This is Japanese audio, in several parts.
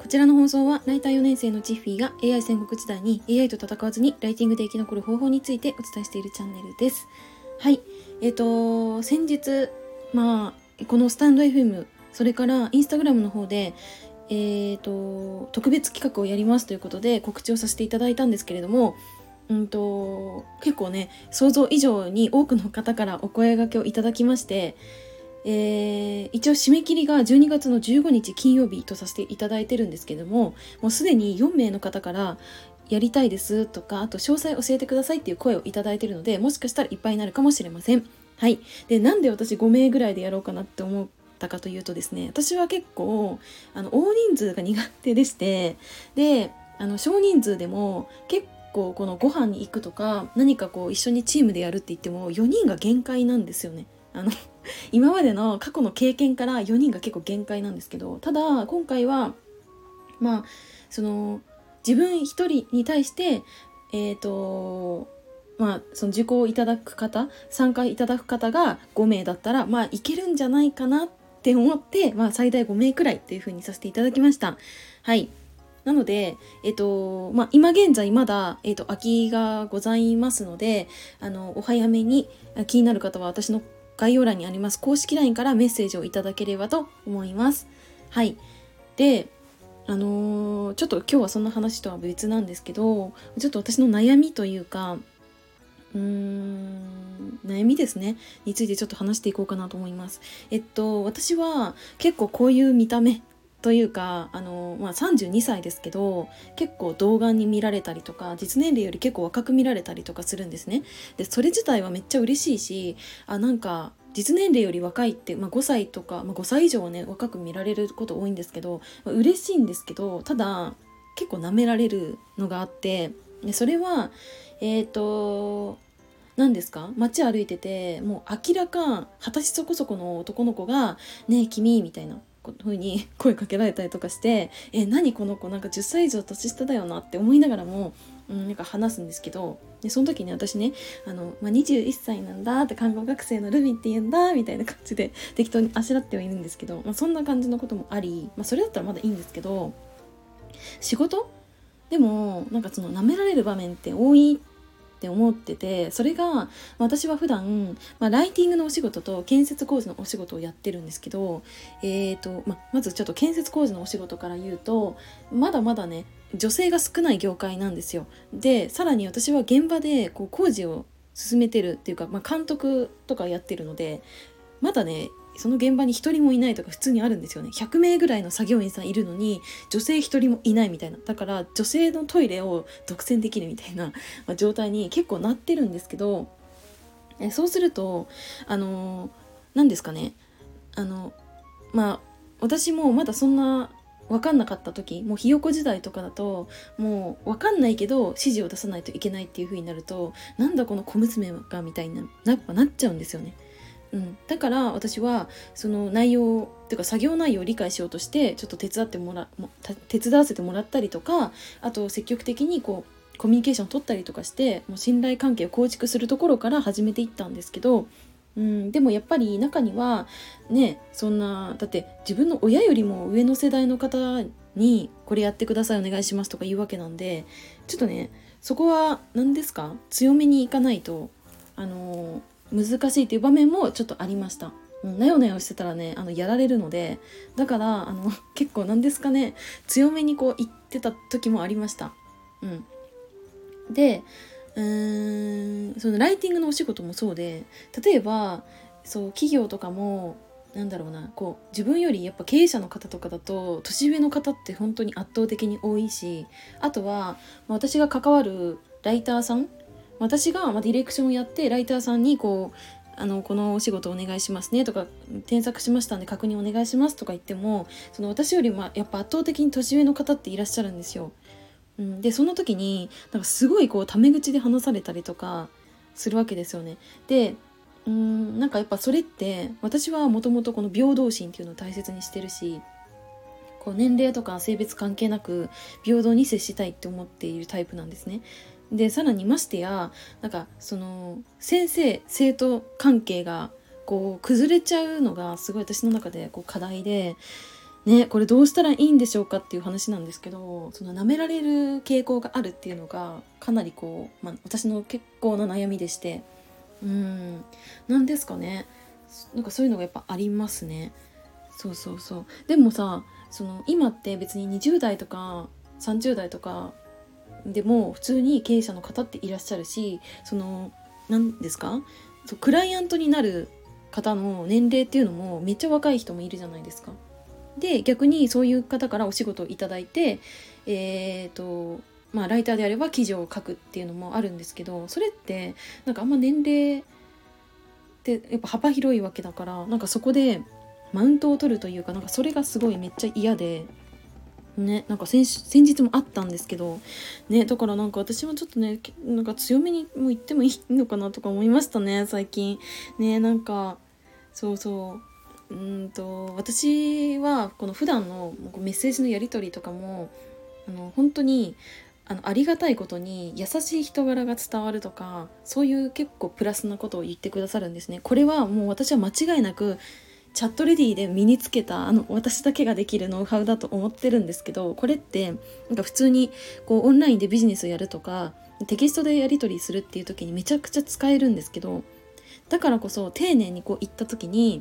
こちらの放送はライター4年生のチッフィーが AI 戦国時代に AI と戦わずにライティングで生き残る方法についてお伝えしているチャンネルです。はい、先日このスタンド FM それからインスタグラムの方で特別企画をやりますということで告知をさせていただいたんですけれども、結構ね想像以上に多くの方からお声掛けをいただきまして、一応締め切りが12月の15日金曜日とさせていただいてるんですけども、もうすでに4名の方からやりたいですとか、あと詳細教えてくださいっていう声をいただいているので、もしかしたらいっぱいになるかもしれません。はい。で、なんで私5名ぐらいでやろうかなって思ったかというとですね、私は結構大人数が苦手でして、で少人数でも結構このご飯に行くとか何かこう一緒にチームでやるって言っても4人が限界なんですよね。今までの過去の経験から4人が結構限界なんですけど、ただ今回はその自分一人に対してその受講いただく方、参加いただく方が5名だったらいけるんじゃないかなって思って、最大5名くらいっていう風にさせていただきました。はい。なので、今現在まだ、空きがございますので、お早めに気になる方は私の概要欄にあります公式 LINE からメッセージをいただければと思います。はい。で、ちょっと今日はそんな話とは別なんですけど、ちょっと私の悩みというか、悩みですねについてちょっと話していこうかなと思います。私は結構こういう見た目というか32歳ですけど、結構童顔に見られたりとか実年齢より結構若く見られたりとかするんですね。でそれ自体はめっちゃ嬉しいし、なんか実年齢より若いって、5歳とか、5歳以上はね若く見られること多いんですけど、嬉しいんですけど、ただ結構舐められるのがあって、でそれは何ですか、街歩いててもう明らか二十歳そこそこの男の子がねえ君みたいな風に声かけられたりとかして、何この子なんか10歳以上年下だよなって思いながらも、なんか話すんですけど、でその時に私ね21歳なんだって、看護学生のルビって言うんだみたいな感じで適当にあしらってはいるんですけど、そんな感じのこともあり、それだったらまだいいんですけど、仕事でもなんかその舐められる場面って多いって思ってて、それが私は普段、ライティングのお仕事と建設工事のお仕事をやってるんですけど、まずちょっと建設工事のお仕事から言うと、まだまだね女性が少ない業界なんですよ。でさらに私は現場でこう工事を進めてるっていうか、監督とかやってるので、まだねその現場に一人もいないとか普通にあるんですよね。100名ぐらいの作業員さんいるのに女性一人もいないみたいな、だから女性のトイレを独占できるみたいな、状態に結構なってるんですけど、そうすると何ですかね、私もまだそんな分かんなかった時、もうひよこ時代とかだともう分かんないけど指示を出さないといけないっていう風になると、なんだこの小娘がみたいなやっぱなっちゃうんですよね。だから私はその内容っていうか作業内容を理解しようとしてちょっと手伝わせてもらったりとか、あと積極的にこうコミュニケーションを取ったりとかして、もう信頼関係を構築するところから始めていったんですけど、でもやっぱり中にはね、そんなだって自分の親よりも上の世代の方にこれやってくださいお願いしますとか言うわけなんで、ちょっとねそこは何ですか、強めにいかないと難しいという場面もちょっとありました。なよなよしてたらねやられるので、だから結構なんですかね、強めにこう言ってた時もありました。でそのライティングのお仕事もそうで、例えばそう企業とかもこう自分よりやっぱ経営者の方とかだと年上の方って本当に圧倒的に多いし、あとは私が関わるライターさん、私がディレクションをやってライターさんにこのお仕事お願いしますねとか、添削しましたんで確認お願いしますとか言っても、その私よりもやっぱ圧倒的に年上の方っていらっしゃるんですよ。でその時にすごいこうタメ口で話されたりとかするわけですよね。でやっぱそれって私はもともとこの平等心っていうのを大切にしてるし、こう年齢とか性別関係なく平等に接したいって思っているタイプなんですね。でさらにましてやその先生生徒関係がこう崩れちゃうのがすごい私の中でこう課題で、 ね、これどうしたらいいんでしょうかっていう話なんですけど、その舐められる傾向があるっていうのがかなり私の結構な悩みでして、なんですかね、なんかそういうのがやっぱありますね。そうそうそう。でもさ、その今って別に20代とか30代とかでも普通に経営者の方っていらっしゃるし、その何ですか、クライアントになる方の年齢っていうのもめっちゃ若い人もいるじゃないですか。で逆にそういう方からお仕事をいただいて、ライターであれば記事を書くっていうのもあるんですけど、それってなんかあんま年齢ってやっぱ幅広いわけだから、なんかそこでマウントを取るというか、なんかそれがすごいめっちゃ嫌でね、なんか先日もあったんですけどね、だからなんか私もちょっとね、なんか強めにも言ってもいいのかなとか思いましたね、最近ね。なんかそうそう、私はこの普段のメッセージのやり取りとかも本当にありがたいことに優しい人柄が伝わるとか、そういう結構プラスなことを言ってくださるんですね。これはもう私は間違いなくチャットレディで身につけた私だけができるノウハウだと思ってるんですけど、これってなんか普通にオンラインでビジネスをやるとかテキストでやり取りするっていう時にめちゃくちゃ使えるんですけど、だからこそ丁寧に言った時に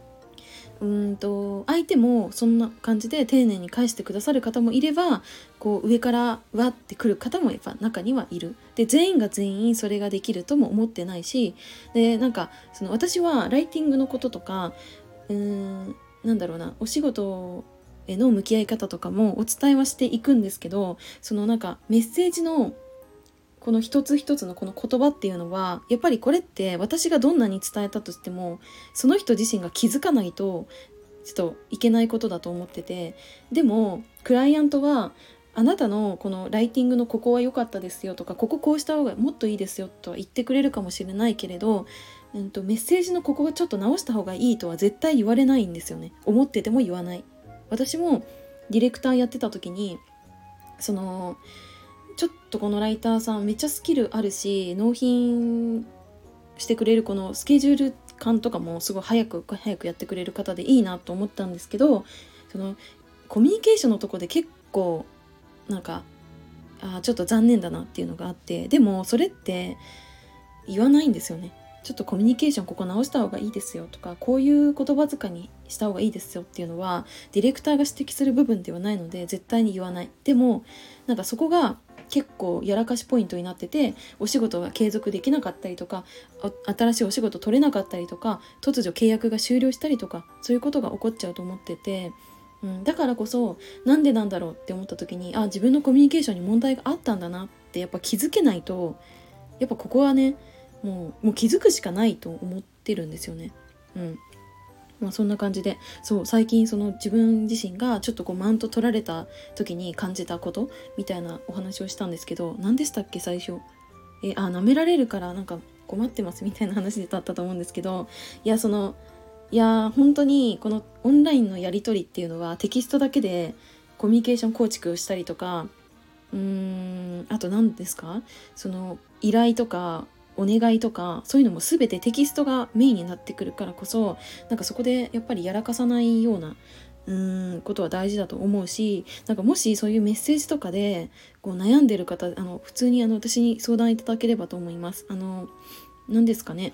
相手もそんな感じで丁寧に返してくださる方もいれば、上からわってくる方もやっぱ中にはいる。で全員が全員それができるとも思ってないし、でなんか私はライティングのこととかなんだろうな、お仕事への向き合い方とかもお伝えはしていくんですけど、なんかメッセージのこの一つ一つのこの言葉っていうのはやっぱりこれって私がどんなに伝えたとしてもその人自身が気づかないとちょっといけないことだと思ってて、でもクライアントはあなたのこのライティングのここは良かったですよとか、こここうした方がもっといいですよとは言ってくれるかもしれないけれど、メッセージのここはちょっと直した方がいいとは絶対言われないんですよね。思ってても言わない。私もディレクターやってた時にちょっとこのライターさんめっちゃスキルあるし納品してくれるこのスケジュール感とかもすごい早くやってくれる方でいいなと思ったんですけど、コミュニケーションのとこで結構なんかちょっと残念だなっていうのがあって、でもそれって言わないんですよね。ちょっとコミュニケーションここ直した方がいいですよとか、こういう言葉遣いにした方がいいですよっていうのはディレクターが指摘する部分ではないので絶対に言わない。でもなんかそこが結構やらかしポイントになってて、お仕事が継続できなかったりとか、新しいお仕事取れなかったりとか、突如契約が終了したりとか、そういうことが起こっちゃうと思ってて、だからこそなんでなんだろうって思った時に自分のコミュニケーションに問題があったんだなってやっぱ気づけないと、やっぱここはねもう気づくしかないと思ってるんですよね。そんな感じで、最近自分自身がちょっとマウント取られた時に感じたことみたいなお話をしたんですけど、何でしたっけ最初。舐められるからなんか困ってますみたいな話でだったと思うんですけど、本当にこのオンラインのやり取りっていうのはテキストだけでコミュニケーション構築をしたりとか、あと何ですか、依頼とかお願いとかそういうのも全てテキストがメインになってくるからこそ、なんかそこでやっぱりやらかさないようなことは大事だと思うし、なんかもしそういうメッセージとかで悩んでる方普通に私に相談いただければと思います。何ですかね、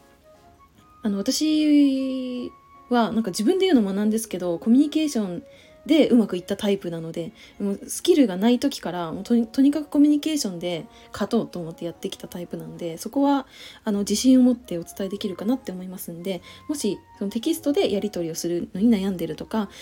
私はなんか自分で言うのもなんですけどコミュニケーションでうまくいったタイプなので、もうスキルがない時からもうとにかくコミュニケーションで勝とうと思ってやってきたタイプなんで、そこは自信を持ってお伝えできるかなって思いますんで、もしそのテキストでやり取りをするのに悩んでるとか、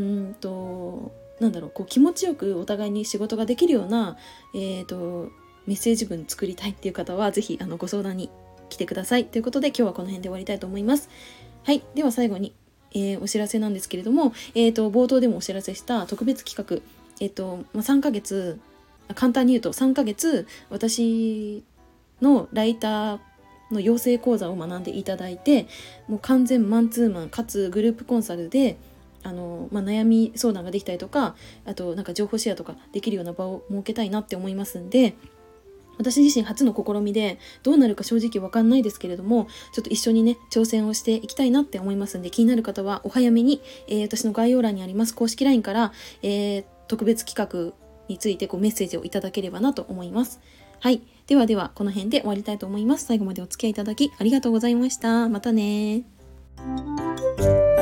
気持ちよくお互いに仕事ができるような、メッセージ文作りたいっていう方はぜひご相談に来てくださいということで、今日はこの辺で終わりたいと思います。はい、では最後にお知らせなんですけれども、冒頭でもお知らせした特別企画、3ヶ月、簡単に言うと3ヶ月私のライターの養成講座を学んでいただいて、もう完全マンツーマンかつグループコンサルで悩み相談ができたりとか、あとなんか情報シェアとかできるような場を設けたいなって思いますんで、 私自身初の試みでどうなるか正直わかんないですけれども、ちょっと一緒にね挑戦をしていきたいなって思いますんで、気になる方はお早めに、私の概要欄にあります公式 LINE から、特別企画についてメッセージをいただければなと思います。はい、ではではこの辺で終わりたいと思います。最後までお付き合いいただきありがとうございました。またね。